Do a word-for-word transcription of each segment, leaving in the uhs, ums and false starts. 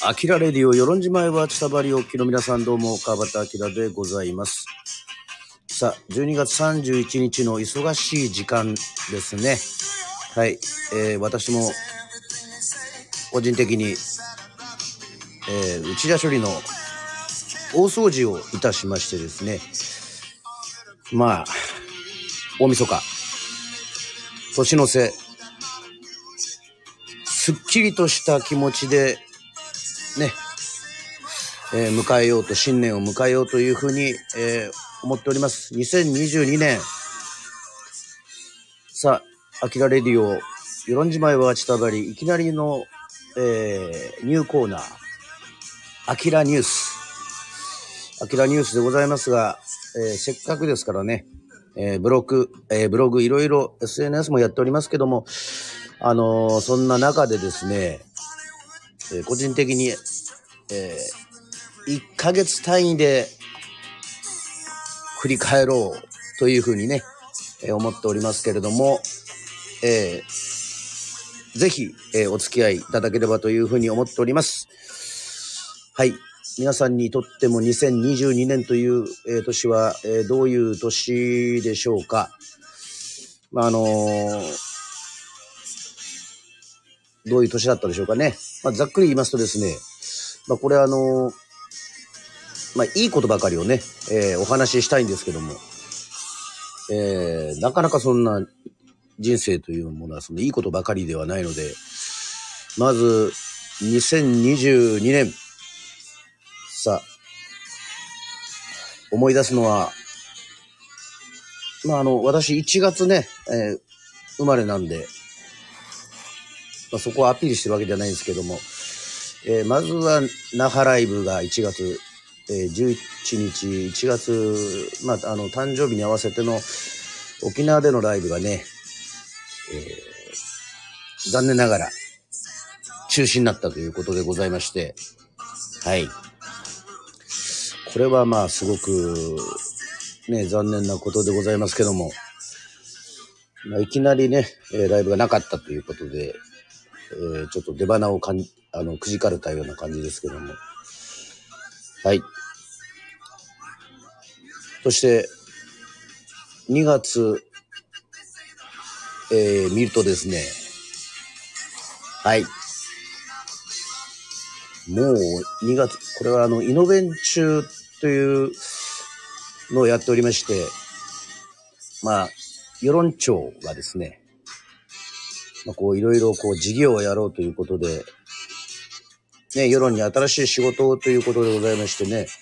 アキラレディオ与論島へは千葉りおきの皆さん、どうも川端明でございます。さあ、じゅうにがつさんじゅういちにちの忙しい時間ですね。はい、えー、私も個人的に、えー、内田処理の大掃除をいたしましてですね、まあ大晦日年の瀬、すっきりとした気持ちでね、えー、迎えようと新年を迎えようというふうに、えー、思っております。にせんにじゅうにねん、さあ、アキラレディオ与論島へは千葉り、いきなりの、えー、ニューコーナー、アキラニュースアキラニュースでございますが、えー、せっかくですからね、えー、ブログ、えー、ブログいろいろ エスエヌエス もやっておりますけども、あのー、そんな中でですね、えー、個人的に、えー、いっかげつ単位で振り返ろうというふうにね、えー、思っておりますけれども、えー、ぜひ、えー、お付き合いいただければというふうに思っております。はい。皆さんにとってもにせんにじゅうにねんという、えー、年は、えー、どういう年でしょうか。まあ、あのー、どういう年だったでしょうかね。まあ、ざっくり言いますとですね、まあ、これあのー、まあ、いいことばかりをね、えー、お話ししたいんですけども、えー、なかなかそんな人生というものはそのいいことばかりではないので、まずにせんにじゅうにねん、さあ思い出すのは、まああの私いちがつね、えー、生まれなんで、まあ、そこはアピールしてるわけじゃないんですけども、えー、まずは那覇ライブがいちがつ、えー、じゅういちにちいちがつ、まああの誕生日に合わせての沖縄でのライブがね、えー、残念ながら中止になったということでございまして、はい、これはまあすごくね残念なことでございますけども、まあ、いきなりね、えー、ライブがなかったということで、えー、ちょっと出花をかんあのくじかれたような感じですけども、はい。そしてにがつ、えー、見るとですね、はい、もうにがつ、これはあのイノベン中というのをやっておりまして、まあ与論町がですね、まあ、こういろいろこう事業をやろうということで、ね、世論に新しい仕事ということでございましてね、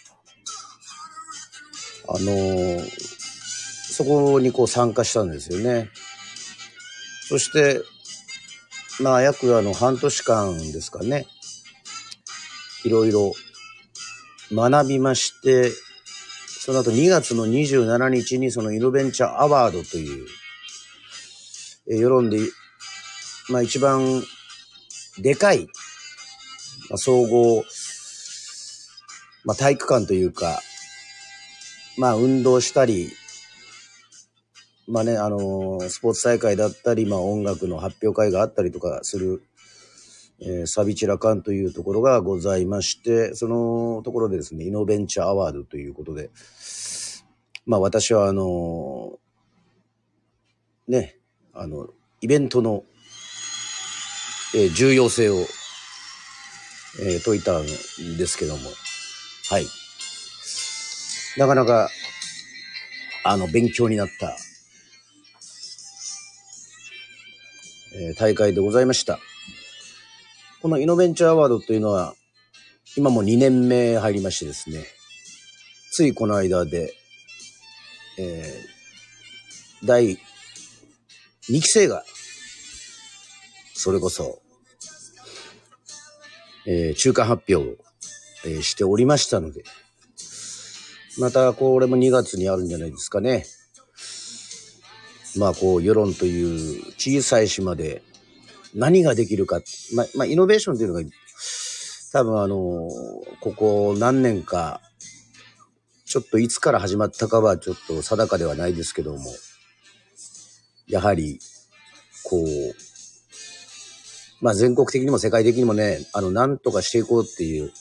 あのー、そこにこう参加したんですよね。そして、まあ約あの半年間ですかね、いろいろ学びまして、その後にがつのにじゅうしちにちにそのイノベンチャーアワードという、え世論で、まあ一番でかい、まあ、総合、まあ体育館というか、まあ運動したり、まあね、あのー、スポーツ大会だったり、まあ音楽の発表会があったりとかする、えー、サビチラカンというところがございまして、そのところでですね、イノベンチャーアワードということで、まあ私はあのー、ね、あの、イベントの、えー、重要性を、えー、説いたんですけども、はい。なかなか、あの、勉強になった、えー、大会でございました。このイノベンチャーアワードというのは、今もにねんめ入りましてですね、ついこの間で、えー、だいにきせいが、それこそ、えー、中間発表を、えー、しておりましたので、またこれもにがつにあるんじゃないですかね。まあこう世論という小さい島で何ができるか、まあ、まあ、イノベーションというのが多分あのここ何年かちょっといつから始まったかはちょっと定かではないですけども、やはりこうまあ全国的にも世界的にもね、あの、なんとかしていこうっていう、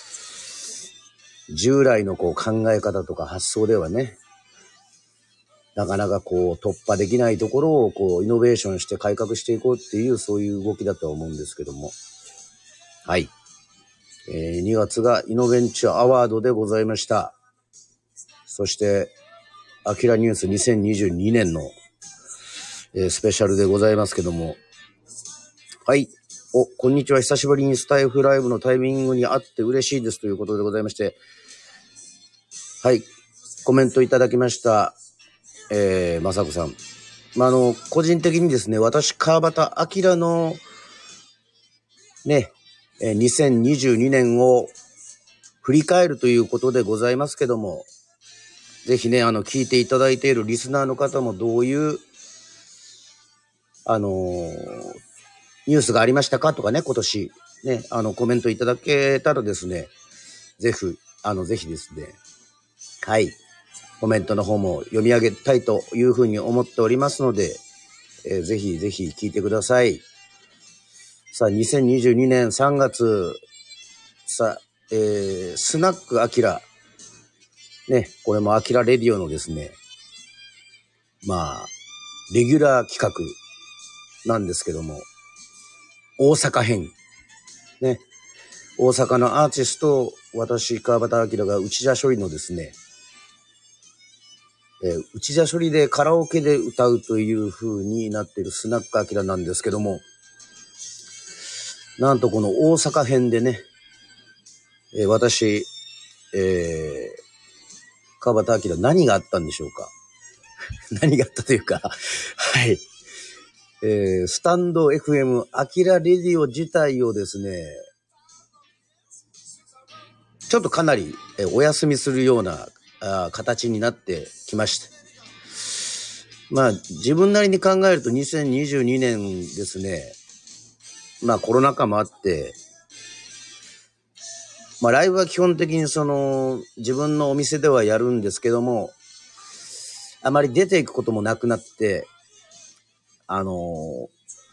従来のこう考え方とか発想ではね、なかなかこう突破できないところをこうイノベーションして改革していこうっていう、そういう動きだとは思うんですけども。はい。えー、にがつがイノベンチャーアワードでございました。そして、アキラニュースにせんにじゅうにねんの、えー、スペシャルでございますけども。はい。お、こんにちは。久しぶりにスタイフライブのタイミングに会って嬉しいですということでございまして。はい。コメントいただきました。えー、まさこさん。まあ、あの、個人的にですね、私、川端明の、ね、えー、にせんにじゅうにねんを振り返るということでございますけども、ぜひね、あの、聞いていただいているリスナーの方もどういう、あのー、ニュースがありましたかとかね、今年、ね、あの、コメントいただけたらですね、ぜひ、あの、ぜひですね、はい、コメントの方も読み上げたいというふうに思っておりますので、えー、ぜひぜひ聞いてください。さあ、にせんにじゅうにねんさんがつ、さあ、えー、スナックアキラ、ね、これもアキラレディオのですね、まあ、レギュラー企画なんですけども、大阪編。ね、大阪のアーティスト、私、川端明が内田処理のですね、えー、内田処理でカラオケで歌うという風になっているスナックアキラなんですけども、なんとこの大阪編でね、えー、私、えー、川端明何があったんでしょうか何があったというかはい、えー、スタンド エフエム アキラレディオ自体をですね、ちょっとかなり、えー、お休みするようなあ形になってきました。まあ自分なりに考えるとにせんにじゅうにねんですね、まあコロナ禍もあって、まあライブは基本的にその自分のお店ではやるんですけども、あまり出ていくこともなくなって、あのー、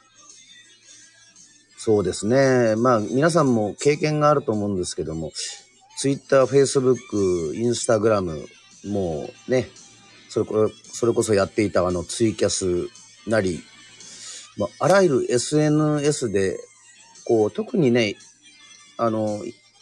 そうですね。まあ皆さんも経験があると思うんですけども、ツイッター、フェイスブック、インスタグラム、もうね、それこそ、それこそやっていたあのツイキャスなり、まあ、あらゆる エスエヌエス で、こう、特にね、あの、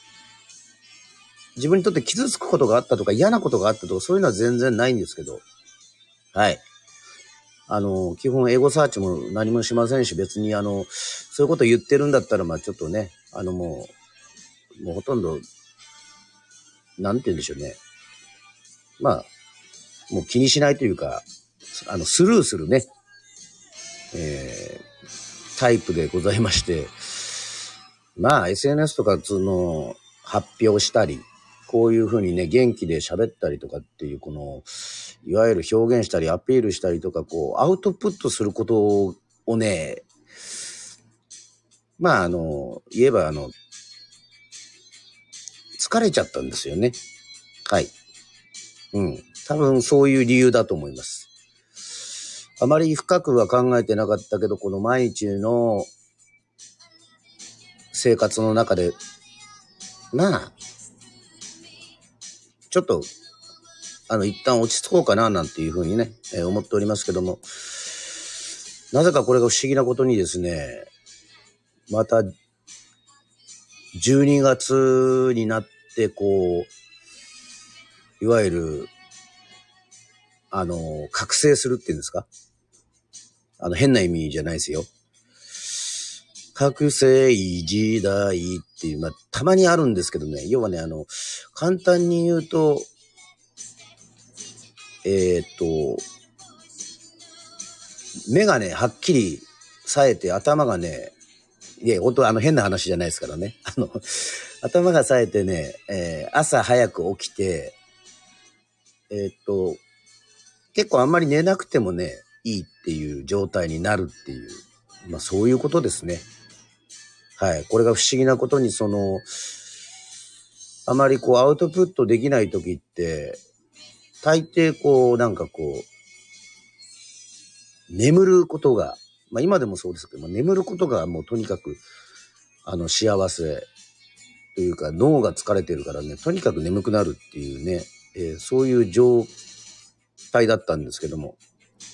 自分にとって傷つくことがあったとか嫌なことがあったとかそういうのは全然ないんですけど、はい。あの、基本エゴサーチも何もしませんし、別にあの、そういうこと言ってるんだったら、まあちょっとね、あのもう、もうほとんど、なんて言うんでしょうね。まあ、もう気にしないというか、あの、スルーするね、えー、タイプでございまして、まあ エスエヌエス とかその発表したり、こういうふうにね、元気で喋ったりとかっていう、この、いわゆる表現したりアピールしたりとか、こう、アウトプットすることをね、まあ、あの、言えば、あの、疲れちゃったんですよね。はい。うん。多分そういう理由だと思います。あまり深くは考えてなかったけど、この毎日の生活の中で、まあ、ちょっと、あの、一旦落ち着こうかな、なんていうふうにね、えー、思っておりますけども、なぜかこれが不思議なことにですね、また、じゅうにがつになって、こう、いわゆる、あの、覚醒するっていうんですか？あの、変な意味じゃないですよ。覚醒時代っていう、まあ、たまにあるんですけどね、要はね、あの、簡単に言うと、えー、っと、目がね、はっきり冴えて、頭がね、いや、本当あの変な話じゃないですからね。あの、頭が冴えてね、えー、朝早く起きて、えー、っと、結構あんまり寝なくてもね、いいっていう状態になるっていう、まあそういうことですね。はい。これが不思議なことに、その、あまりこうアウトプットできないときって、大抵こう、なんかこう、眠ることがまあ今でもそうですけど、まあ、眠ることがもうとにかく、あの、幸せというか、脳が疲れてるからね、とにかく眠くなるっていうね、えー、そういう状態だったんですけども、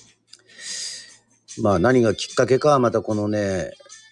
まあ何がきっかけかはまたこのね、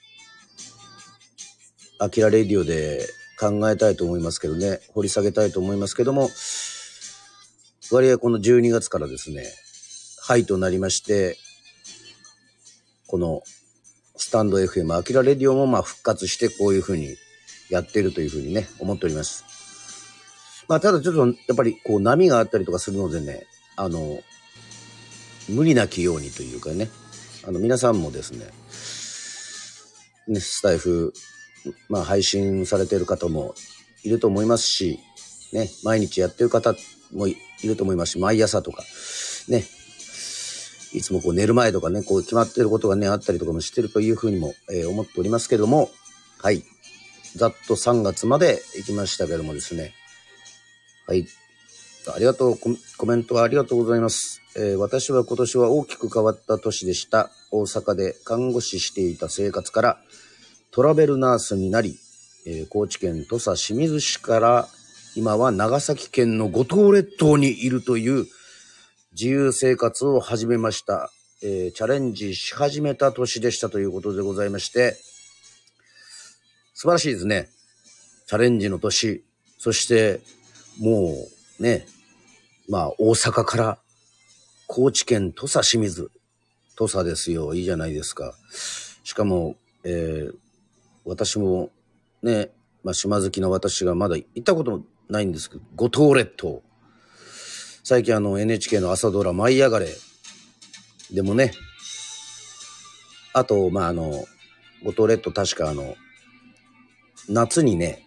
アキラレディオで考えたいと思いますけどね、掘り下げたいと思いますけども、割合このじゅうにがつからですね、ハイとなりまして、このスタンド エフエム アキラレディオもまあ復活してこういう風にやっているという風にね、思っております。まあただちょっとやっぱりこう波があったりとかするのでね、あの、無理なきようにというかね、あの皆さんもですね、ね、スタイフ、まあ配信されている方もいると思いますし、ね、毎日やってる方もいると思いますし、毎朝とか、ね、いつもこう寝る前とかね、こう決まっていることがね、あったりとかもしてるというふうにも、えー、思っておりますけども、はい。ざっとさんがつまで行きましたけどもですね、はい。ありがとう、コメントありがとうございます。えー、私は今年は大きく変わった年でした。大阪で看護師していた生活からトラベルナースになり、えー、高知県土佐清水市から今は長崎県の五島列島にいるという自由生活を始めました。えー、チャレンジし始めた年でしたということでございまして、素晴らしいですね。チャレンジの年。そして、もうね、まあ大阪から高知県土佐清水。土佐ですよ。いいじゃないですか。しかも、えー、私もね、まあ島好きの私がまだ行ったことないんですけど、五島列島。最近あの エヌエイチケー の朝ドラ舞い上がれでもね、あと、まああの、五島列島確かあの、夏にね、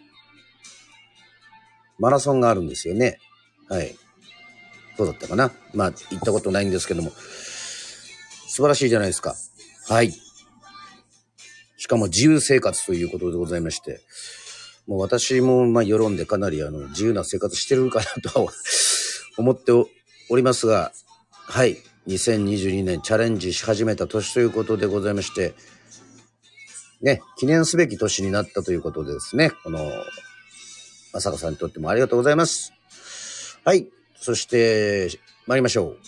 マラソンがあるんですよね。はい。そうだったかな。まあ、行ったことないんですけども。素晴らしいじゃないですか。はい。しかも自由生活ということでございまして。もう私も、まあ、世論でかなりあの、自由な生活してるかなとは思っておりますが、はい。にせんにじゅうにねんチャレンジし始めた年ということでございまして、ね、記念すべき年になったということでですね、この、まさかさんにとってもありがとうございます。はい。そして、参りましょう。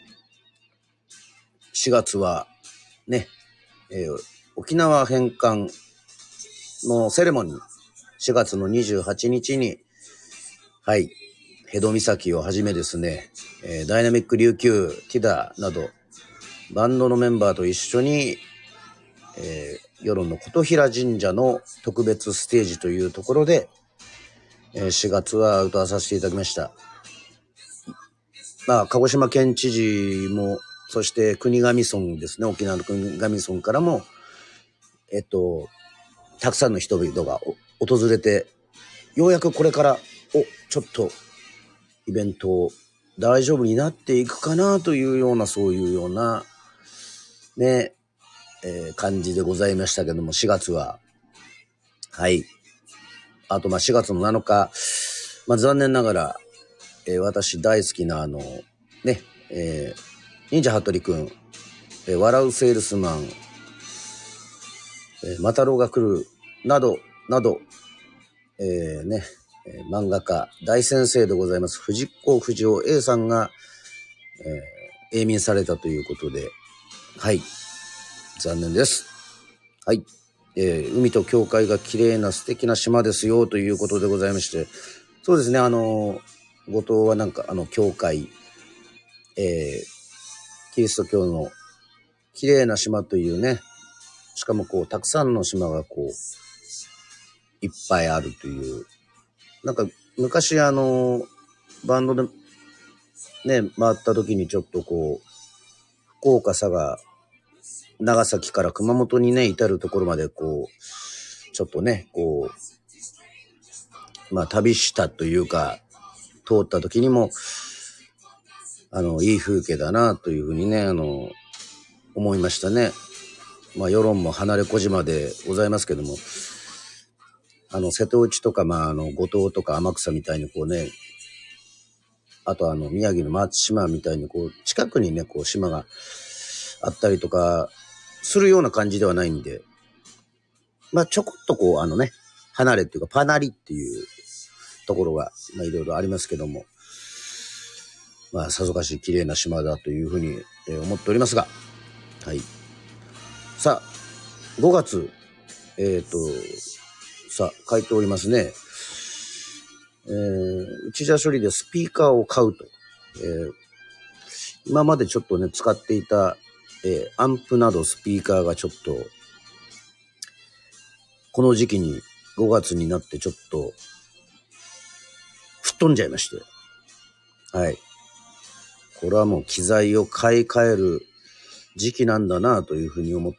しがつは、ね、えー、沖縄返還のセレモニー、しがつのにじゅうはちにちに、はい、辺戸岬をはじめですね、えー、ダイナミック琉球、ティダなど、バンドのメンバーと一緒に、えー、世論の琴平神社の特別ステージというところで、えー、しがつは歌わさせていただきました。まあ、鹿児島県知事も、そして国頭村ですね、沖縄の国頭村からも、えっと、たくさんの人々が訪れて、ようやくこれから、お、ちょっと、イベント大丈夫になっていくかなというような、そういうような、ね、えー、感じでございましたけども、しがつは、はい。あと、まあ、しがつのなのか、まあ、残念ながら、えー、私大好きな、あの、ね、えー、忍者ハットリくん、えー、笑うセールスマン、えー、マタロウが来る、など、など、えー、ね、えー、漫画家、大先生でございます、藤子不二雄 A さんが、えー、永眠されたということで、はい、残念です。はい、えー、海と教会が綺麗な素敵な島ですよということでございまして、そうですね、あの、五島はなんか、あの、教会、えー、キリスト教の綺麗な島というね、しかもこう、たくさんの島がこう、いっぱいあるという、なんか昔あの、バンドでね、回った時にちょっとこう、福岡、佐賀、長崎から熊本にね、至るところまでこう、ちょっとね、こう、まあ旅したというか、通った時にも、あの、いい風景だなというふうにね、あの、思いましたね。まあ世論も離れ小島でございますけども、あの、瀬戸内とか、まあ、あの、五島とか天草みたいにこうね、あとあの、宮城の松島みたいにこう、近くにね、こう、島があったりとか、 するような感じではないんで、まあちょこっとこう、あのね、離れっていうか、パナリっていうところが、まあいろいろありますけども、まあさぞかし綺麗な島だというふうに思っておりますが、はい。さあ、ごがつ、えっと、さあ、書いておりますね。えー、内田処理でスピーカーを買うと。えー、今までちょっとね、使っていた、えー、アンプなどスピーカーがちょっと、この時期にごがつになってちょっと、吹っ飛んじゃいまして。はい。これはもう機材を買い替える時期なんだなというふうに思って、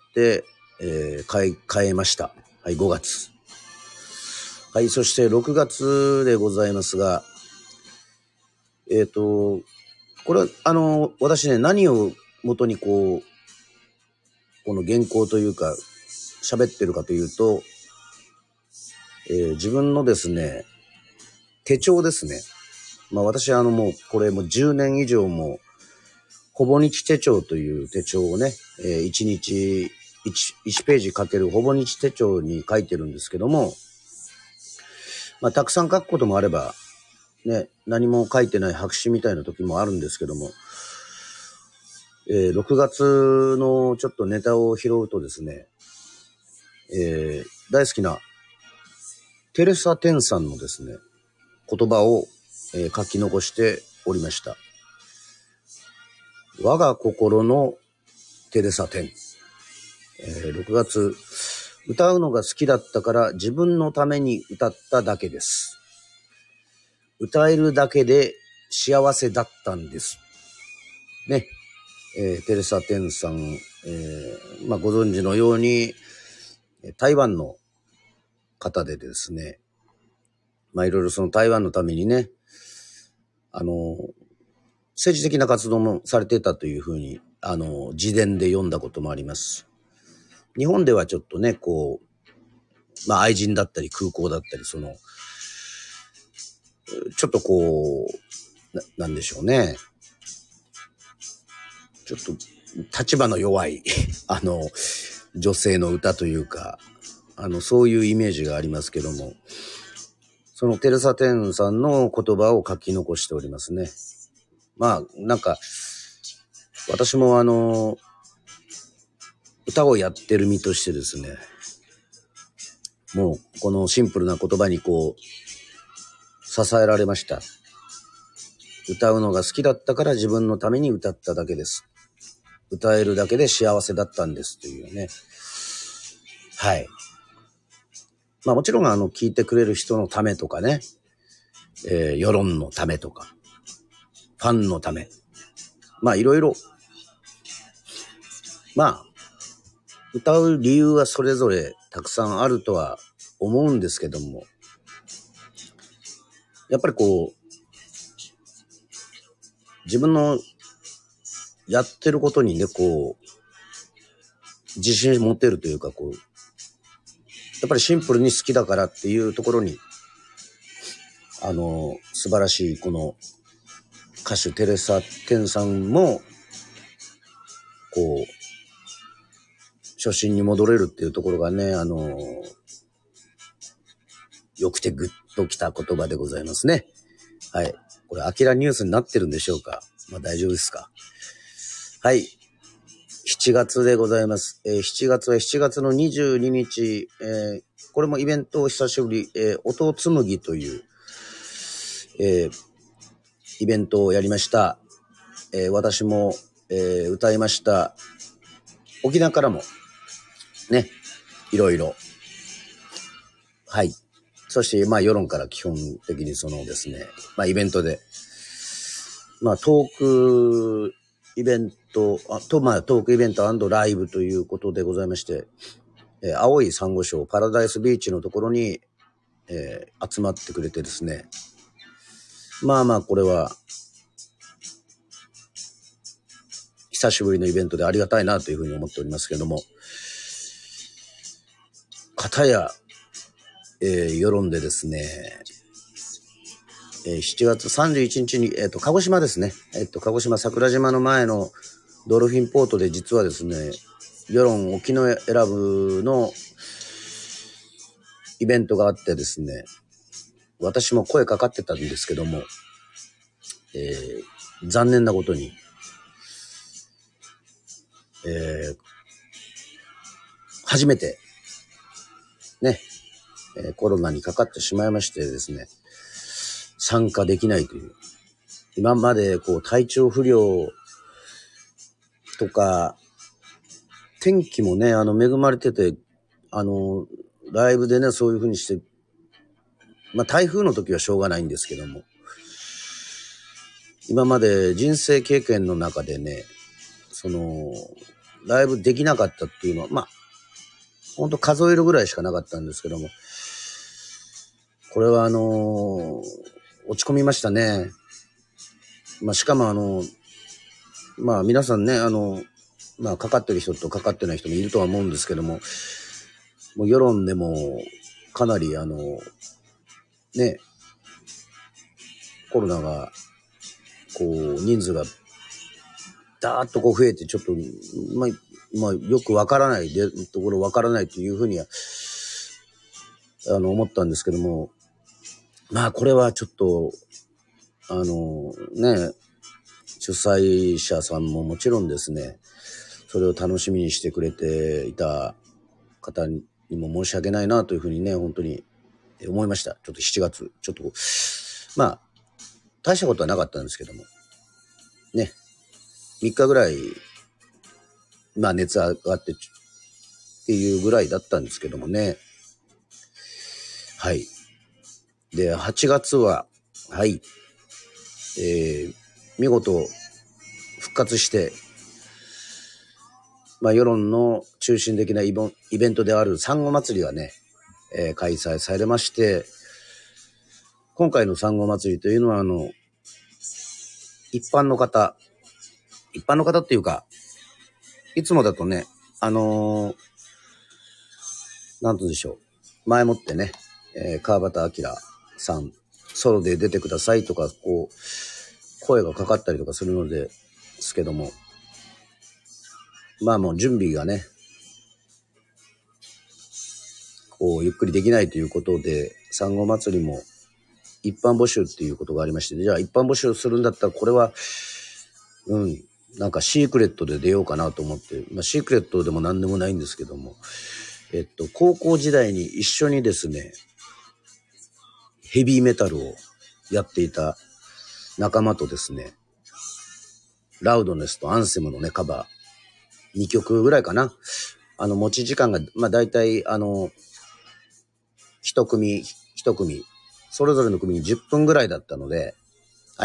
えー、買い替えました。はい、ごがつ。はい、そしてろくがつでございますが、えっと、これは、あの、私ね、何を元にこう、この原稿というか、喋ってるかというと、えー、自分のですね、手帳ですね。まあ私あのもう、これもうじゅうねん以上も、ほぼ日手帳という手帳をね、えー、いちにち 1, いちページかけるほぼ日手帳に書いてるんですけども、まあたくさん書くこともあれば、ね、何も書いてない白紙みたいな時もあるんですけども、えー、ろくがつのちょっとネタを拾うとですね、えー、大好きなテレサ・テンさんのですね、言葉を、えー、書き残しておりました。我が心のテレサ・テン。えー、ろくがつ、歌うのが好きだったから自分のために歌っただけです。歌えるだけで幸せだったんです。ね。えー、テレサ・テンさん、えー、まあ、ご存知のように、台湾の方でですね、まあ、いろいろその台湾のためにね、あの、政治的な活動もされてたというふうに、あの、自伝で読んだこともあります。日本ではちょっとね、こう、まあ、愛人だったり空港だったり、その、ちょっとこう、な、なんでしょうね。ちょっと、立場の弱い、あの、女性の歌というか、あの、そういうイメージがありますけども、そのテレサ・テンさんの言葉を書き残しておりますね。まあ、なんか、私もあの、歌をやってる身としてですね、もうこのシンプルな言葉にこう、支えられました。歌うのが好きだったから自分のために歌っただけです。歌えるだけで幸せだったんですというね。はい。まあもちろんあの聞いてくれる人のためとかね、えー、世論のためとか、ファンのため。まあいろいろ。まあ、歌う理由はそれぞれたくさんあるとは思うんですけども、やっぱりこう、自分のやってることにね、こう、自信持てるというか、こう、やっぱりシンプルに好きだからっていうところに、あの、素晴らしいこの歌手テレサ・テンさんも、こう、初心に戻れるっていうところがね、あの、よくてグッときた言葉でございますね。はい。これ、アキラニュースになってるんでしょうか？まあ大丈夫ですか？はい。しちがつでございます。えー、しちがつはしちがつのにじゅうににち、えー、これもイベントを久しぶり、えー、音紡ぎという、えー、イベントをやりました。えー、私も、えー、歌いました。沖縄からも、ね、いろいろ。はい。そして、まあ、世論から基本的にそのですね、まあ、イベントで、まあ、トークイベント、あと、まあ、トークイベント&ライブということでございまして、えー、青い珊瑚礁パラダイスビーチのところに、えー、集まってくれてですね、まあまあ、これは、久しぶりのイベントでありがたいなというふうに思っておりますけれども、片や、えー、世論でですね、えー、しちがつさんじゅういちにちに、えっと、鹿児島ですね。えっと、鹿児島桜島の前のドルフィンポートで実はですね、 世論沖永良部のイベントがあってですね、私も声かかってたんですけども、えー、残念なことに、えー、初めてね、えー、コロナにかかってしまいましてですね、参加できないという。今までこう体調不良とか、天気もね、あの恵まれてて、あの、ライブでね、そういう風にして、まあ台風の時はしょうがないんですけども、今まで人生経験の中でね、その、ライブできなかったっていうのは、まあ、ほんと数えるぐらいしかなかったんですけども、これはあのー、落ち込みましたね。まあしかもあの、まあ皆さんね、あの、まあかかってる人とかかってない人もいるとは思うんですけども、もう世論でもかなりあの、ね、コロナが、こう、人数が、ダーッとこう増えて、ちょっと、まあ、まあ、よくわからないで、ところわからないというふうには、あの、思ったんですけども、まあ、これはちょっと、あの、ね、主催者さんももちろんですね、それを楽しみにしてくれていた方にも申し訳ないなというふうにね、本当に思いました。ちょっとしちがつ、ちょっと、まあ、大したことはなかったんですけども、ね、みっかぐらい、まあ熱上がってっていうぐらいだったんですけどもね。はい。で、はちがつは、はい、えー、見事復活して、まあ世論の中心的なイベントであるサンゴ祭りがね、えー、開催されまして、今回のサンゴ祭りというのはあの、一般の方、一般の方っていうか、いつもだとね、あのー、なんとでしょう。前もってね、えー、川端明さん、ソロで出てくださいとか、こう、声がかかったりとかするのですけども、まあもう準備がね、こう、ゆっくりできないということで、サンゴ祭りも一般募集っていうことがありまして、じゃあ一般募集するんだったら、これは、うん、なんかシークレットで出ようかなと思って、まあシークレットでも何でもないんですけども、えっと、高校時代に一緒にですね、ヘビーメタルをやっていた仲間とですね、ラウドネスとアンセムのね、カバー、にきょくぐらいかな。あの、持ち時間が、まあ大体、あの、一組、一組、それぞれの組にじゅっぷんぐらいだったので、はい。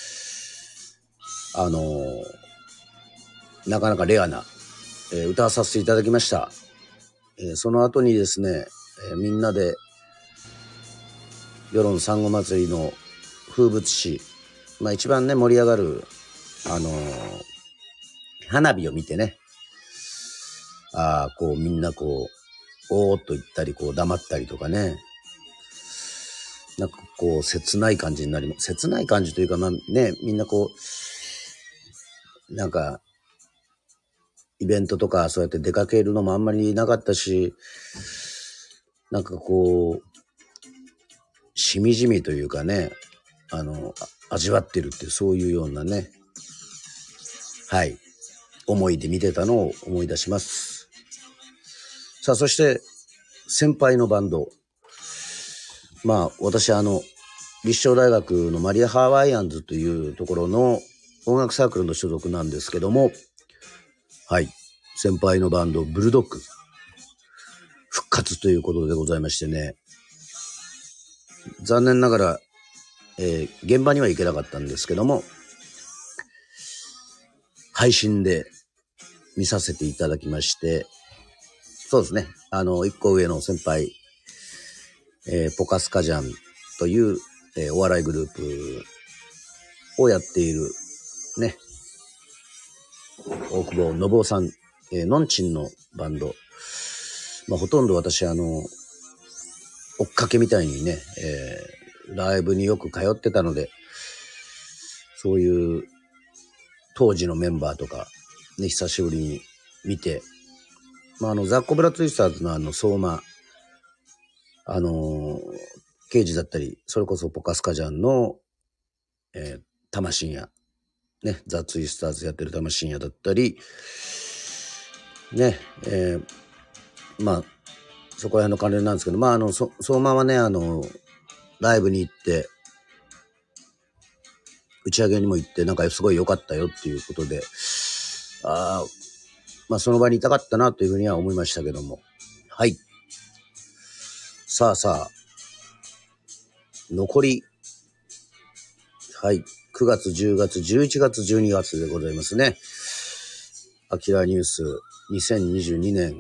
あのー、なかなかレアな、えー、歌わさせていただきました。えー、その後にですね、えー、みんなで、世論サンゴ祭りの風物詩、まあ一番ね、盛り上がる、あのー、花火を見てね、ああ、こうみんなこう、おーっと言ったり、こう黙ったりとかね、なんかこう切ない感じになります。切ない感じというか、まあね、みんなこう、なんか、イベントとかそうやって出かけるのもあんまりなかったし、なんかこう、しみじみというかね、あの、味わってるってそういうようなね、はい、思いで見てたのを思い出します。さあ、そして、先輩のバンド。まあ、私あの、立正大学のマリア・ハワイアンズというところの音楽サークルの所属なんですけども、はい、先輩のバンド、ブルドッグ、復活ということでございましてね、残念ながら、えー、現場には行けなかったんですけども、配信で見させていただきまして、そうですね、あの、一個上の先輩、えー、ポカスカジャンという、えー、お笑いグループをやっている、ね、大久保信夫さん、えー、のんちんのバンド、まあ、ほとんど私、あの、追っかけみたいにね、えー、ライブによく通ってたので、そういう当時のメンバーとか、ね、久しぶりに見て、 まあ、あの、ザ・コブラツイスターズのあの、相馬、あのー、刑事だったり、それこそポカスカジャンの、えー、玉深夜、ね、ザ・ツイスターズやってる玉深夜だったり、ね、えー、まあ、そこら辺の関連なんですけど、まあ、あの、そ、相馬はね、あの、ライブに行って、打ち上げにも行って、なんかすごい良かったよっていうことで、ああ、まあその場にいたかったなというふうには思いましたけども。はい。さあさあ、残り、はい、くがつ、じゅうがつ、じゅういちがつ、じゅうにがつでございますね。アキラニュースにせんにじゅうにねん、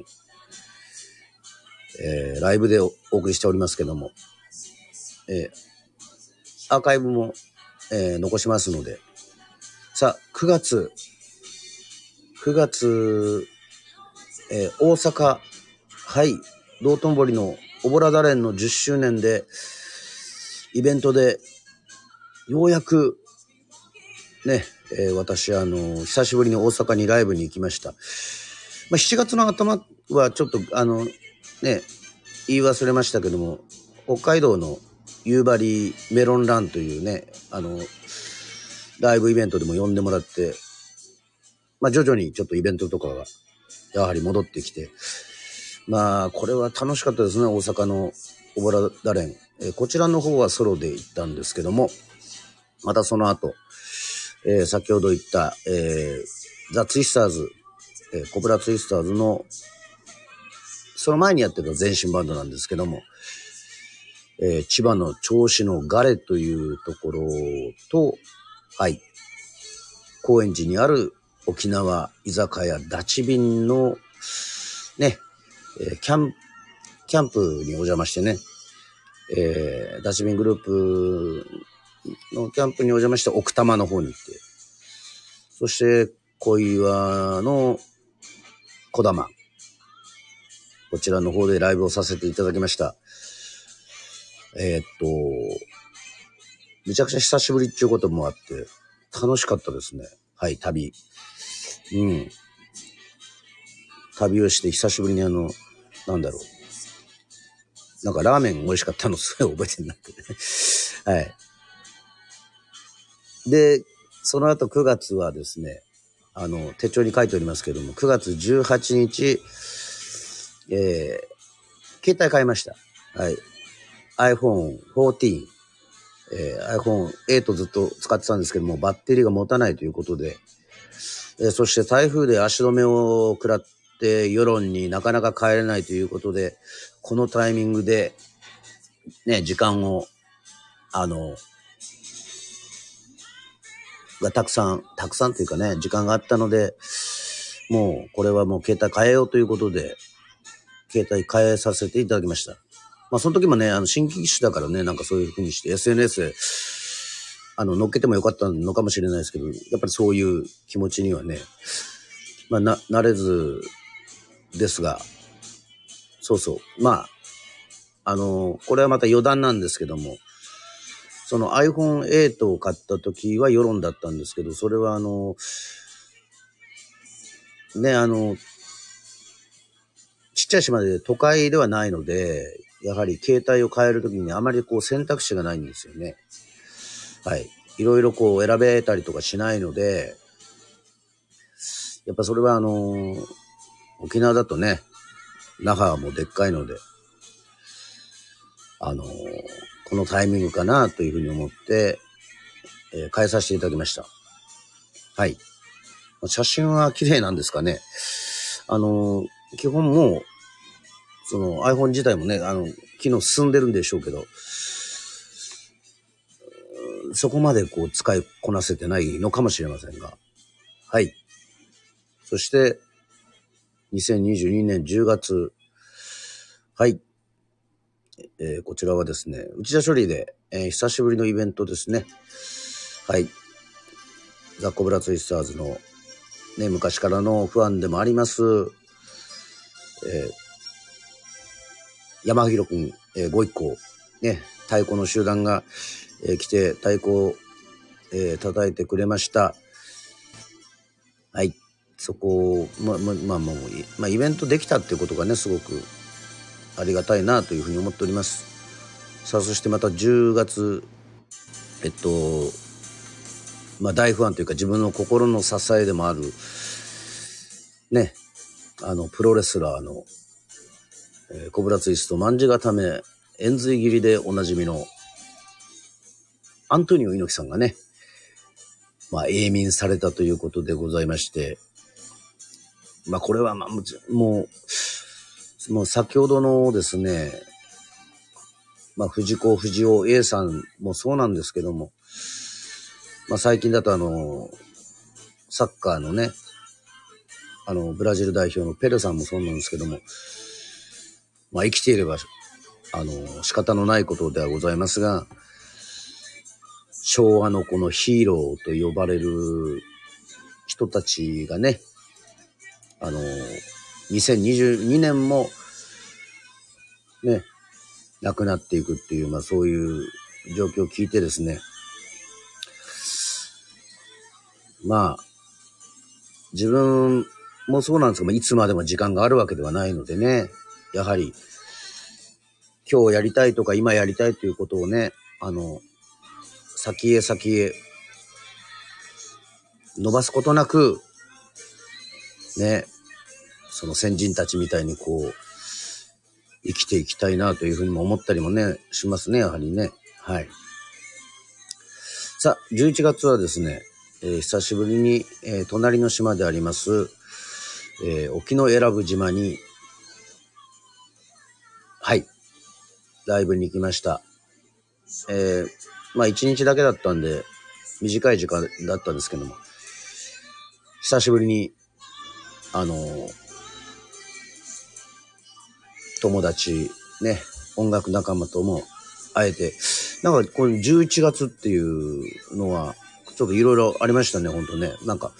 えー、ライブで お, お送りしておりますけども、えー、アーカイブも、えー、残しますので、さあ、くがつ、くがつ、えー、大阪、はい、道頓堀のおぼらだれんのじゅっしゅうねんで、イベントで、ようやく、ね、えー、私、あの、久しぶりに大阪にライブに行きました。まあ、しちがつの頭はちょっと、あの、ね、言い忘れましたけども、北海道の夕張メロンランというね、あの、ライブイベントでも呼んでもらって、まあ、徐々にちょっとイベントとかが、やはり戻ってきて、まあ、これは楽しかったですね、大阪のおぼらだれん。えー、こちらの方はソロで行ったんですけども、またその後、えー、先ほど言った、えー、ザ・ツイスターズ、えー、コブラツイスターズの、その前にやってた前身バンドなんですけども、えー、千葉の銚子のガレというところと、はい、高円寺にある沖縄居酒屋ダチビンの、ね、えー、キャン、キャンプにお邪魔してね、えー、ダチビングループのキャンプにお邪魔して奥多摩の方に行って、そして小岩の小玉、こちらの方でライブをさせていただきました。えー、っと、めちゃくちゃ久しぶりっていうこともあって、楽しかったですね。はい、旅。うん。旅をして久しぶりにあの、なんだろう。なんかラーメン美味しかったのすごい覚えてるなってね。はい。で、その後くがつはですね、あの、手帳に書いておりますけども、くがつじゅうはちにち、えー、携帯買いました。はい。アイフォンフォーティーン、えー、アイフォンエイト ずっと使ってたんですけども、バッテリーが持たないということで、えー、そして台風で足止めを食らって、世論になかなか帰れないということで、このタイミングで、ね、時間を、あの、がたくさん、たくさんというかね、時間があったので、もう、これはもう携帯変えようということで、携帯変えさせていただきました。まあ、その時もね、あの、新機種だからね、なんかそういう風にして、エスエヌエス で、あの、乗っけてもよかったのかもしれないですけど、やっぱりそういう気持ちにはね、まあ、な、慣れずですが、そうそう。まあ、あの、これはまた余談なんですけども、その アイフォンエイト を買った時は世論だったんですけど、それはあの、ね、あの、ちっちゃい島で都会ではないので、やはり携帯を変えるときにあまりこう選択肢がないんですよね。はい。いろいろこう選べたりとかしないので、やっぱそれはあのー、沖縄だとね、那覇はもうでっかいので、あのー、このタイミングかなというふうに思って、えー、変えさせていただきました。はい。写真は綺麗なんですかね。あのー、基本もう、その iPhone 自体もね、あの、機能進んでるんでしょうけど、そこまでこう使いこなせてないのかもしれませんが。はい。そして、にせんにじゅうにねんじゅうがつ。はい。えー、こちらはですね、内田処理で、えー、久しぶりのイベントですね。はい。ザ・コブラツイスターズの、ね、昔からのファンでもあります、えー、山広くん、えー、ご一行、ね、太鼓の集団が、えー、来て太鼓を、えー、叩いてくれました。はい。 そこを、まあまあまあもう、まあ、イベントできたっていうことがねすごくありがたいなというふうに思っております。さあそしてまたじゅうがつえっとまあ大不安というか自分の心の支えでもあるねあのプロレスラーの、えー、コブラツイスト卍固め円髄切りでおなじみのアントニオ猪木さんがねまあ永眠されたということでございまして、まあこれはまあもうもう先ほどのですねまあ藤子不二雄 A さんもそうなんですけども、まあ最近だとあのサッカーのねあのブラジル代表のペレさんもそうなんですけども、まあ生きていればあの仕方のないことではございますが、昭和のこのヒーローと呼ばれる人たちがねあのにせんにじゅうにねんもね亡くなっていくっていう、まあそういう状況を聞いてですね、まあ自分もそうなんですけど、いつまでも時間があるわけではないのでね、やはり今日やりたいとか今やりたいということをね、あの先へ先へ伸ばすことなくね、その先人たちみたいにこう生きていきたいなというふうにも思ったりもねしますね、やはりね。はい。さあじゅういちがつはですね、えー、久しぶりに、えー、隣の島であります、えー、沖永良部島にはいライブに行きました。えー、まあ一日だけだったんで短い時間だったんですけども、久しぶりにあのー、友達ね音楽仲間とも会えて、なんかこのじゅういちがつっていうのはちょっといろいろありましたね、本当ね。なんか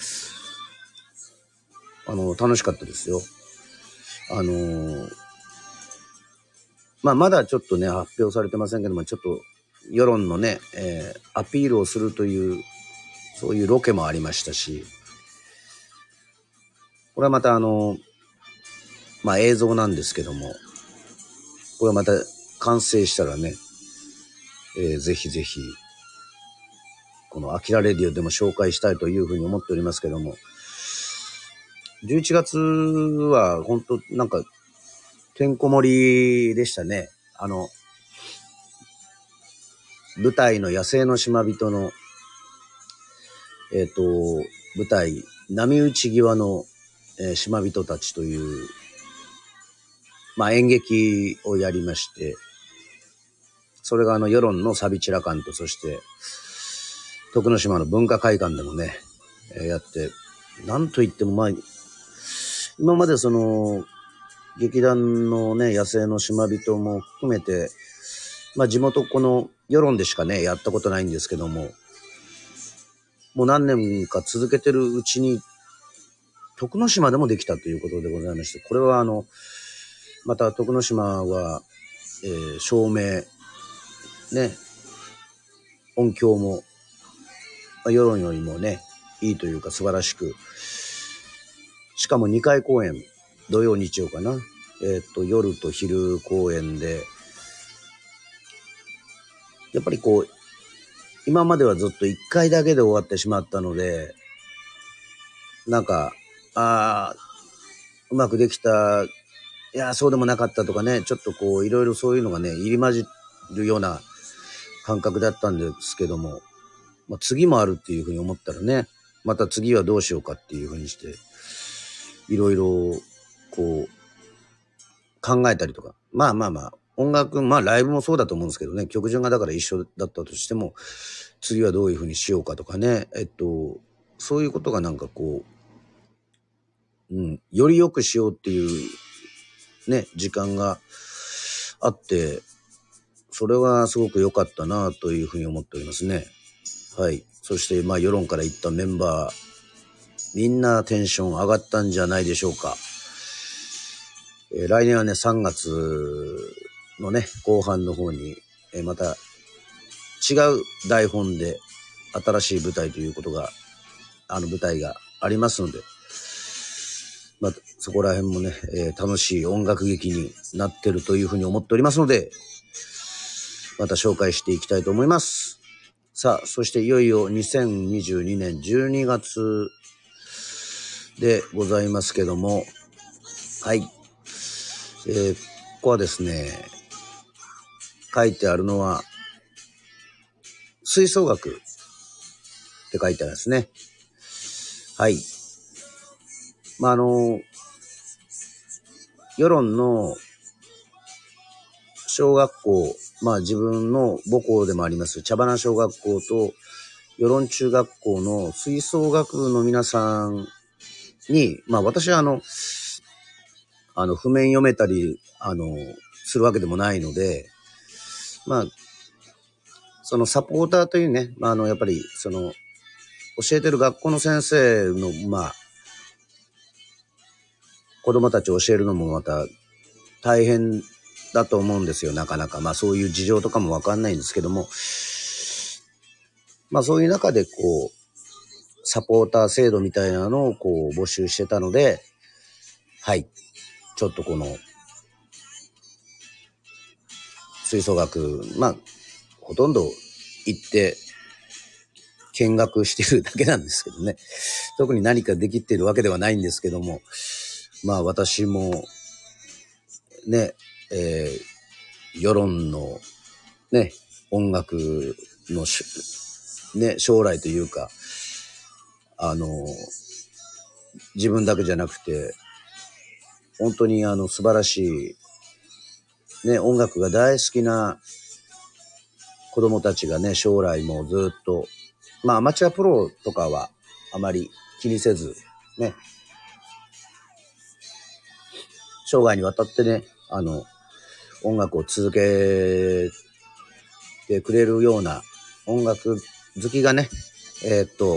あの楽しかったですよ。あのー、まあまだちょっとね発表されてませんけども、ちょっと世論のね、えー、アピールをするというそういうロケもありましたし、これはまたあのまあ映像なんですけども、これはまた完成したらね、えー、ぜひぜひこのアキラレディオでも紹介したいというふうに思っておりますけども、じゅういちがつは本当なんかてんこ盛りでしたね。あの舞台の野生の島人のえっと舞台波打ち際の、えー、島人たちというまあ演劇をやりまして、それがあの世論のサビチラ館と、そして徳之島の文化会館でもね、えー、やって、なんといってもまあ今までその劇団のね野生の島人も含めて、まあ地元この世論でしかねやったことないんですけども、もう何年か続けてるうちに徳之島でもできたということでございまして、これはあのまた徳之島は、えー、照明ね音響も、まあ、世論よりもねいいというか素晴らしく、しかもにかい公演、土曜日曜かな、えっと夜と昼公演で、やっぱりこう今まではずっといっかいだけで終わってしまったので、なんかあうまくできた、いやそうでもなかったとかね、ちょっとこういろいろそういうのがね入り混じるような感覚だったんですけども、まあ、次もあるっていうふうに思ったらね、また次はどうしようかっていうふうにしていろいろこう考えたりとか、まあまあまあ音楽、まあライブもそうだと思うんですけどね、曲順がだから一緒だったとしても次はどういうふうにしようかとかね、えっとそういうことがなんかこう、うん、より良くしようっていうね時間があって、それはすごく良かったなというふうに思っておりますね。はい。そしてまあ世論から言ったメンバーみんなテンション上がったんじゃないでしょうか。えー、来年はねさんがつのね後半の方に、えー、また違う台本で新しい舞台ということがあの舞台がありますので、 まあ、そこら辺もね、えー、楽しい音楽劇になってるというふうに思っておりますので、また紹介していきたいと思います。さあ、そしていよいよにせんにじゅうにねんじゅうにがつでございますけども、はい。えー、ここはですね、書いてあるのは、吹奏楽って書いてあるんですね。はい。まあ、あの、世論の小学校、まあ自分の母校でもあります茶花小学校と与論中学校の吹奏楽部の皆さんに、まあ私はあの、あの譜面読めたり、あの、するわけでもないので、まあ、そのサポーターというね、まああの、やっぱりその、教えてる学校の先生の、まあ、子供たちを教えるのもまた大変だと思うんですよ、なかなか。まあそういう事情とかもわかんないんですけども、まあそういう中でこう、サポーター制度みたいなのをこう募集してたので、はい。ちょっとこの、吹奏楽、まあ、ほとんど行って見学してるだけなんですけどね。特に何かできてるわけではないんですけども、まあ私も、ね、えー、世論のね、音楽のし、ね、将来というか、あの、自分だけじゃなくて、本当にあの素晴らしい、ね、音楽が大好きな子供たちがね、将来もずっと、まあアマチュアプロとかはあまり気にせず、ね、生涯にわたってね、あの、音楽を続けてくれるような音楽好きがね、えー、っと、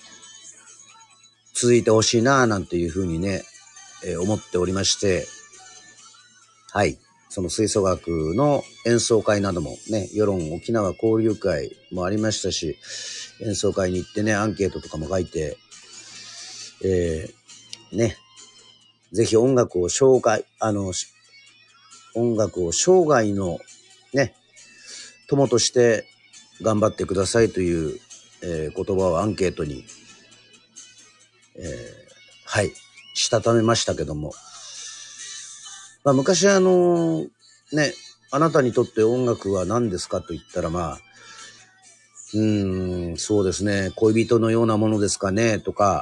続いてほしいなぁなんていうふうにね、えー、思っておりまして、はい。その吹奏楽の演奏会などもね、世論沖縄交流会もありましたし、演奏会に行ってね、アンケートとかも書いて、えー、ね、ぜひ音楽を生涯、あの、音楽を生涯のね、友として頑張ってくださいという、えー、言葉をアンケートに、えー、はい、したためましたけども、まあ、昔あのね、あなたにとって音楽は何ですかと言ったら、まあ、うーん、そうですね、恋人のようなものですかねとか、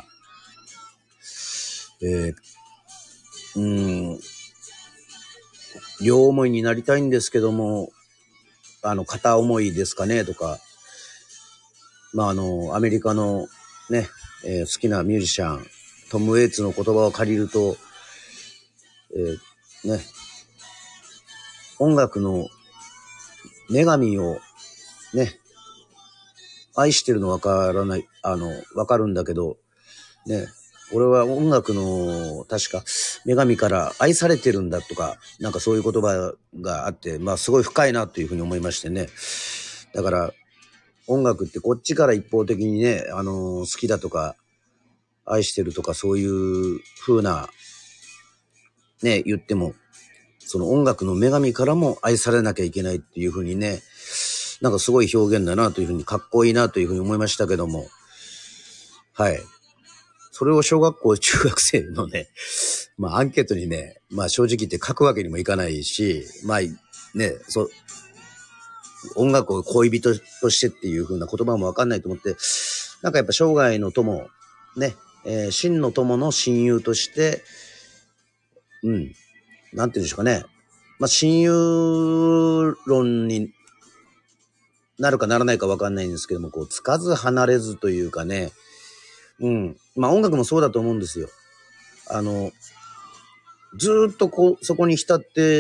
えー、うーん、両思いになりたいんですけども、あの片思いですかねとか、まああのアメリカのね、えー、好きなミュージシャントム・ウェイツの言葉を借りると、えー、ね、音楽の女神をね、愛してるのわからない、あの、わかるんだけど、ね、俺は音楽の、確か、女神から愛されてるんだとか、なんかそういう言葉があって、まあすごい深いなというふうに思いましてね。だから、音楽ってこっちから一方的にね、あの、好きだとか、愛してるとか、そういう風な、ね、言っても、その音楽の女神からも愛されなきゃいけないっていう風にね、なんかすごい表現だなというふうに、かっこいいなというふうに思いましたけども、はい。それを小学校、中学生のね、まあアンケートにね、まあ正直言って書くわけにもいかないし、まあね、そう、音楽を恋人としてっていう風な言葉もわかんないと思って、なんかやっぱ生涯の友、ね、えー、真の友の親友として、うん、なんていうんでしょうかね。まあ親友論になるかならないかわかんないんですけども、こう、つかず離れずというかね、うん。まあ音楽もそうだと思うんですよ。あの、ずーっとこう、そこに浸って、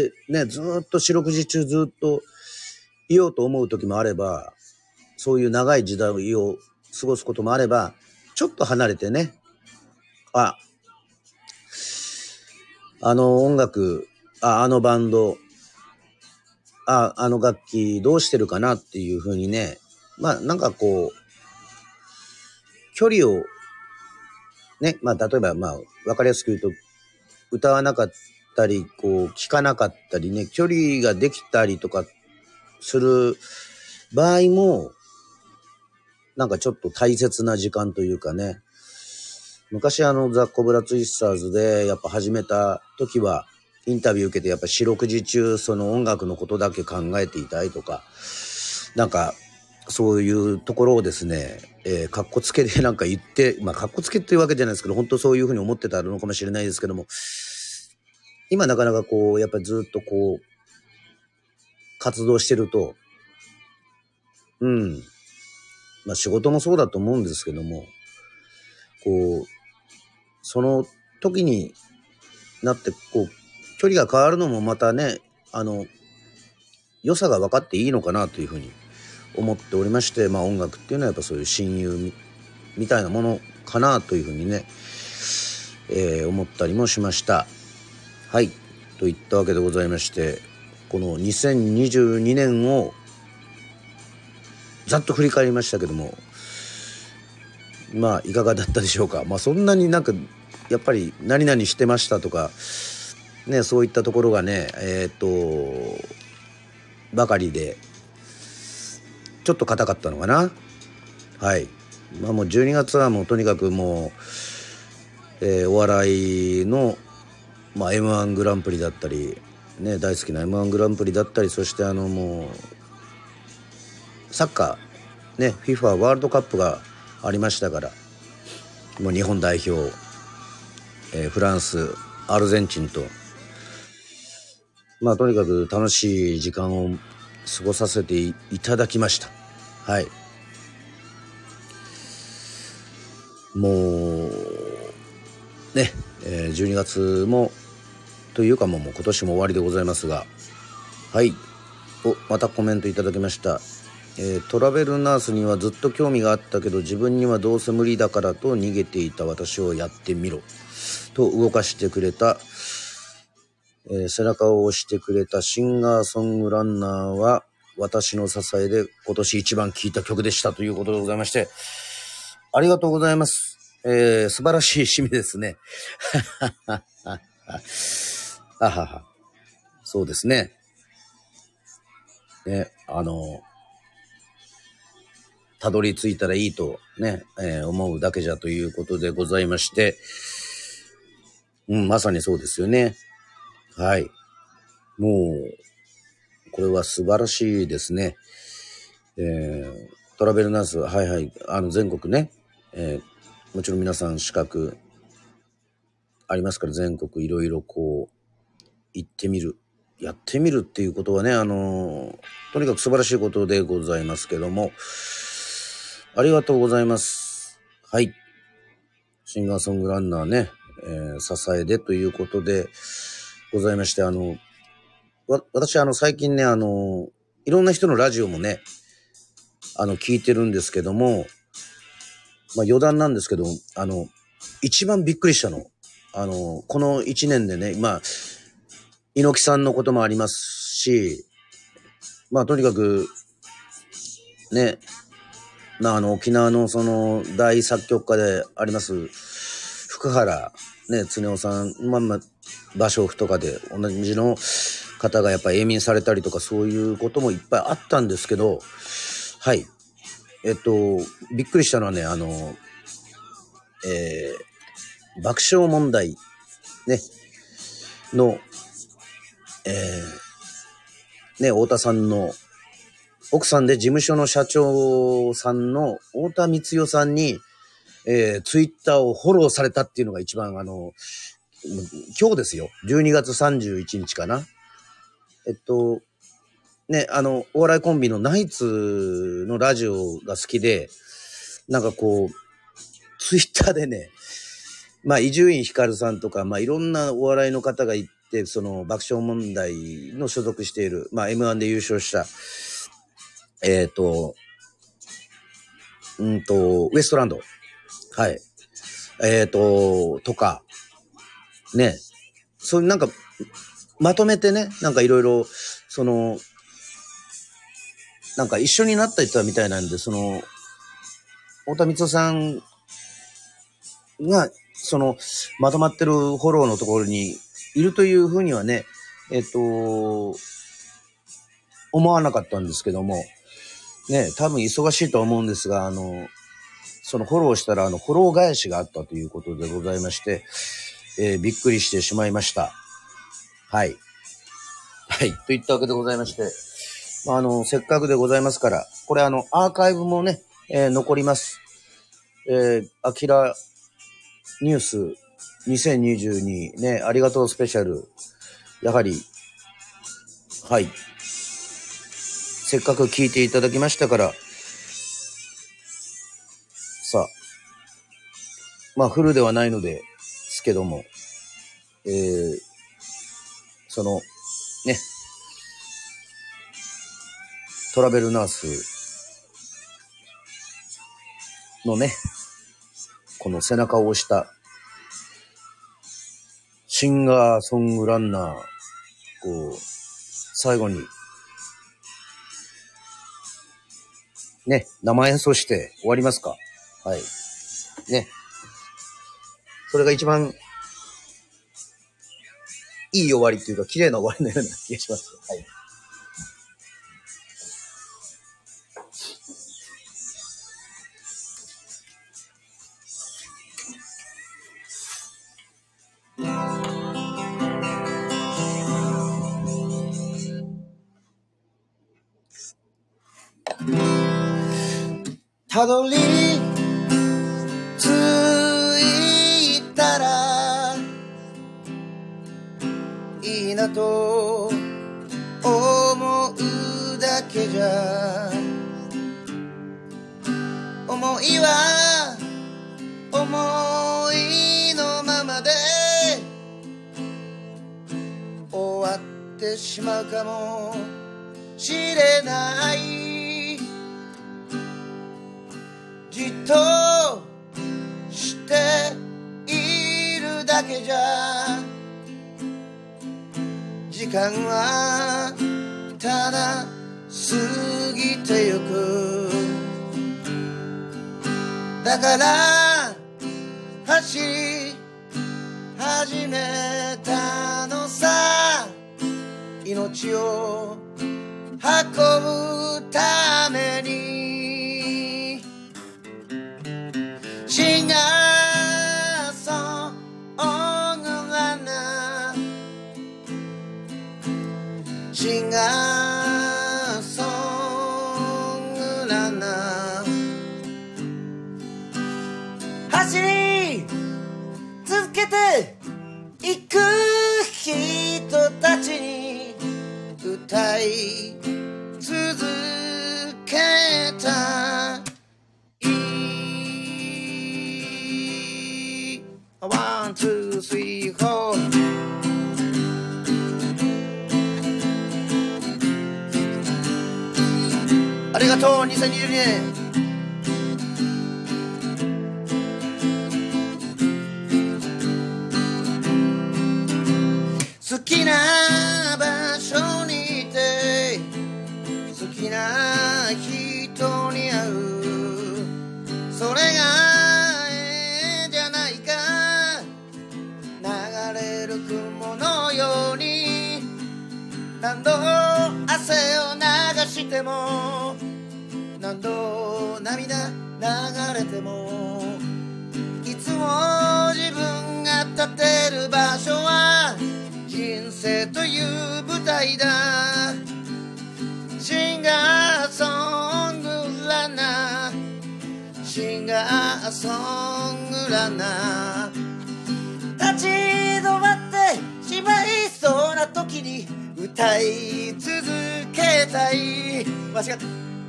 ね、ずーっと四六時中ずーっといようと思う時もあれば、そういう長い時代を過ごすこともあれば、ちょっと離れてね、あ、あの音楽、あ、あのバンド、あ、あの楽器どうしてるかなっていう風にね、まあなんかこう、距離をね、まあ例えばまあわかりやすく言うと、 歌わなかったり、こう、聴かなかったりね、距離ができたりとかする場合も、なんかちょっと大切な時間というかね、昔あの、ザ・コブラツイスターズでやっぱ始めた時は、インタビュー受けてやっぱ四六時中その音楽のことだけ考えていたいとか、なんかそういうところをですね、えー、かっこつけでなんか言って、まあかっこつけっていうわけじゃないですけど、本当そういうふうに思ってたのかもしれないですけども、今なかなかこう、やっぱりずっとこう、活動してると、うん、まあ仕事もそうだと思うんですけども、こう、その時になってこう、距離が変わるのもまたね、あの、良さが分かっていいのかなというふうに思っておりまして、まあ音楽っていうのはやっぱそういう親友 み, みたいなものかなというふうにね、えー、思ったりもしました。はい。といったわけでございまして、このにせんにじゅうにねんをざっと振り返りましたけども、まあいかがだったでしょうか。まあそんなになんかやっぱり何々してましたとか、ね、そういったところがね、えー、っと、ばかりで、ちょっと硬かったのかな。はい。まあもうじゅうにがつはもうとにかくもう、えー、お笑いの、まあ エムワン グランプリだったり、ね、大好きな エムワン グランプリだったり、そしてあのもう、サッカー、ね、フィファ ワールドカップがありましたから、もう日本代表、えー、フランス、アルゼンチンと、まあとにかく楽しい時間を過ごさせて い, いただきました。はい。もうね、えー、じゅうにがつもというかもう今年も終わりでございますが、はい。お、またコメントいただきました。えー、トラベルナースにはずっと興味があったけど自分にはどうせ無理だからと逃げていた私をやってみろと動かしてくれた、えー、背中を押してくれたシンガーソングランナーは私の支えで今年一番聴いた曲でしたということでございまして、ありがとうございます。えー、素晴らしい締めですね。あはは。そうですね。ね、あの、たどり着いたらいいとね、えー、思うだけじゃということでございまして、うん、まさにそうですよね。はい。もう、これは素晴らしいですね。えー、トラベルナース、はいはい、あの全国ね、えー、もちろん皆さん資格ありますから全国いろいろこう行ってみる、やってみるっていうことはね、あのー、とにかく素晴らしいことでございますけども、ありがとうございます。はい。シンガーソングランナーね、えー、支えでということでございまして、あの、わ、私あの最近ね、あの、いろんな人のラジオもね、あの、聞いてるんですけども、まあ余談なんですけど、あの、一番びっくりしたの。あの、この一年でね、まあ、猪木さんのこともありますし、まあとにかく、ね、まああの沖縄のその大作曲家であります、福原ね、恒夫さん、まあまあ、芭蕉布とかで同じの方がやっぱり永眠されたりとかそういうこともいっぱいあったんですけど、はい。えっと、びっくりしたのはね、あの、えー、爆笑問題、ね、の、えー、ね、太田さんの、奥さんで事務所の社長さんの太田光代さんに、えー、ツイッターをフォローされたっていうのが一番あの、今日ですよ。じゅうにがつさんじゅういちにちかな。えっと、ね、あの、お笑いコンビのナイツのラジオが好きで、なんかこう、ツイッターでね、まあ、伊集院光さんとか、まあ、いろんなお笑いの方がいて、その、爆笑問題の所属している、まあ、エムワン で優勝した、えっと、うんと、ウエストランド。はい。えっと、とか、ね、そういうなんか、まとめてね、なんかいろいろ、その、なんか一緒になった人みたいなんで、その、太田光代さんがその、まとまってるフォローのところにいるというふうにはね、えっと、思わなかったんですけども、ね、多分忙しいとは思うんですが、あの、そのフォローしたら、あの、フォロー返しがあったということでございまして、えーびっくりしてしまいました。はい。はい。といったわけでございまして、まあ、あの、せっかくでございますから、これあの、アーカイブもね、えー残ります。えー、アキラニュースにせんにじゅうにね、ありがとうスペシャル。やはり、はい。せっかく聞いていただきましたから、さあ、まあ、フルではないのですけども、えー、その、ね、トラベルナースのね、この背中を押したシンガーソングランナー、こう、最後に、ね、生演奏して終わりますか。はい。ね。それが一番いい終わりっていうか、綺麗な終わりのような気がします。はい。たどり着いたらいいなと思うだけじゃ、思いは思いのままで終わってしまうかもしれない。じっとしているだけじゃ時間はただ過ぎてゆく。だから走り始めたのさ、命を運ぶために。シンガーソングランナー、シンガーソングランナー、走り続けていく人たちに歌い続けたい。ワン、ツー、スリー、フォー。ありがとう、にせんにじゅうにねん。好きな場所にいて好きな人に会う、それがええじゃないか。流れる雲のように何度汗を流しても、何度涙流れても、いつも自分が立てる場所は人生という舞台だ。シンガーソングランナー、シンガーソングランナー、立ち止まってしまいそうな時に歌い続けたい。間違った。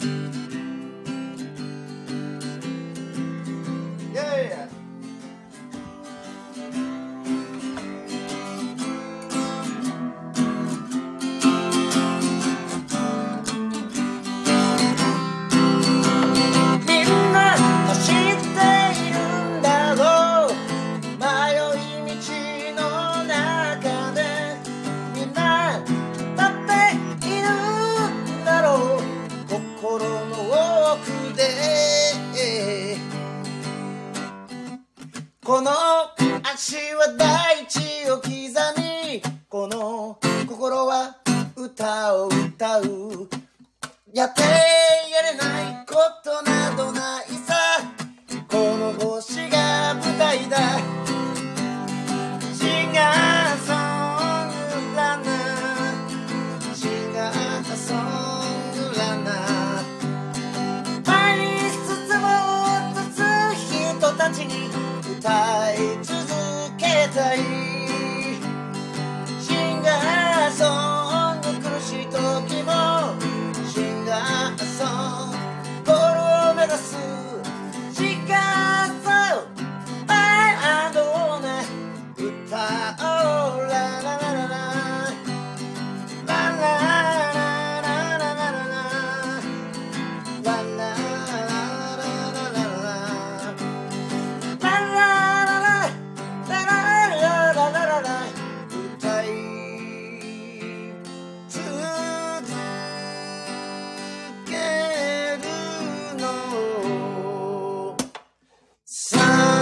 いやいや、心子の心は歌を歌う。やってやれないことなどないさ。この星が舞台だ。シンガーソングランナー、シンガーソングランナー。前に進もうとする人たちに歌い続けたい。シンガーソング苦しい時もシンガーソングゴールを目指す。シンガーソングI and wanna歌おうララララララララララララララ歌い続けるのさ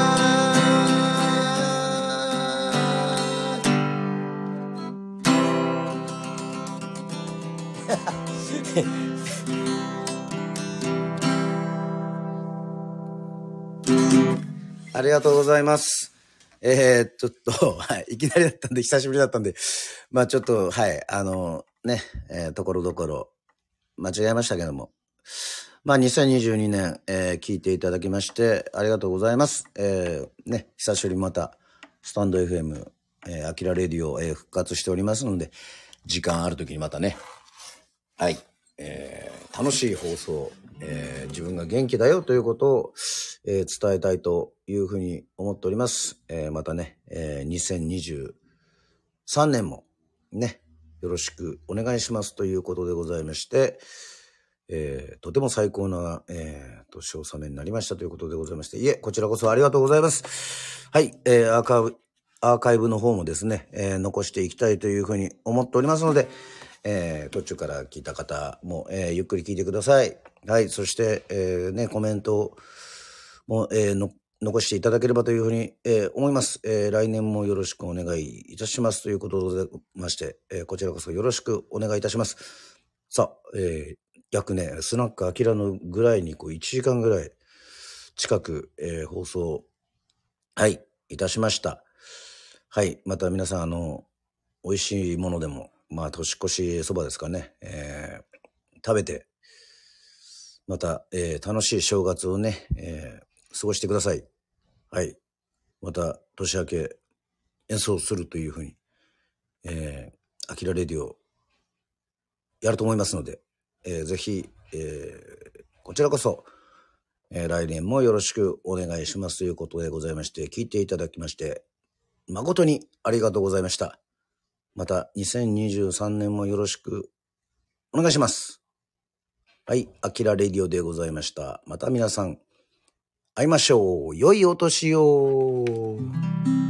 ありがとうございます。えー、ちょっと、はい、いきなりだったんで、久しぶりだったんで、まあちょっと、はい、あの、ね、えー、ところどころ、間違えましたけども、まあにせんにじゅうにねん、えー、聞いていただきまして、ありがとうございます。えー、ね、久しぶりにまた、スタンド エフエム、えー、アキラレディオ、えー、復活しておりますので、時間あるときにまたね、はい、えー、楽しい放送、えー、自分が元気だよということを、えー、伝えたいというふうに思っております。えー、またね、えー、にせんにじゅうさんねんもね、よろしくお願いしますということでございまして、えー、とても最高な、えー、年納めになりましたということでございまして、いえ、こちらこそありがとうございます。はい、えー、アーカイブ、アーカイブの方もですね、えー、残していきたいというふうに思っておりますので、えー、途中から聞いた方も、えー、ゆっくり聞いてください。はい。そして、えー、ね、コメントも、えー、の残していただければというふうに、えー、思います。えー、来年もよろしくお願いいたしますということでまして、えー、こちらこそよろしくお願いいたします。さあ、えー、約ね、スナックアキラのぐらいにこういちじかんぐらい近く、えー、放送、はい、いたしました。はい。また皆さん、あの、美味しいものでも、まあ、年越しそばですかね。えー、食べて、また、えー、楽しい正月をね、えー、過ごしてください。はい。また、年明け、演奏するというふうに、えー、アキラレディオ、やると思いますので、えー、ぜひ、えー、こちらこそ、えー、来年もよろしくお願いしますということでございまして、聞いていただきまして、誠にありがとうございました。またにせんにじゅうさんねんもよろしくお願いします。はい、アキラレディオでございました。また皆さん会いましょう。良いお年を。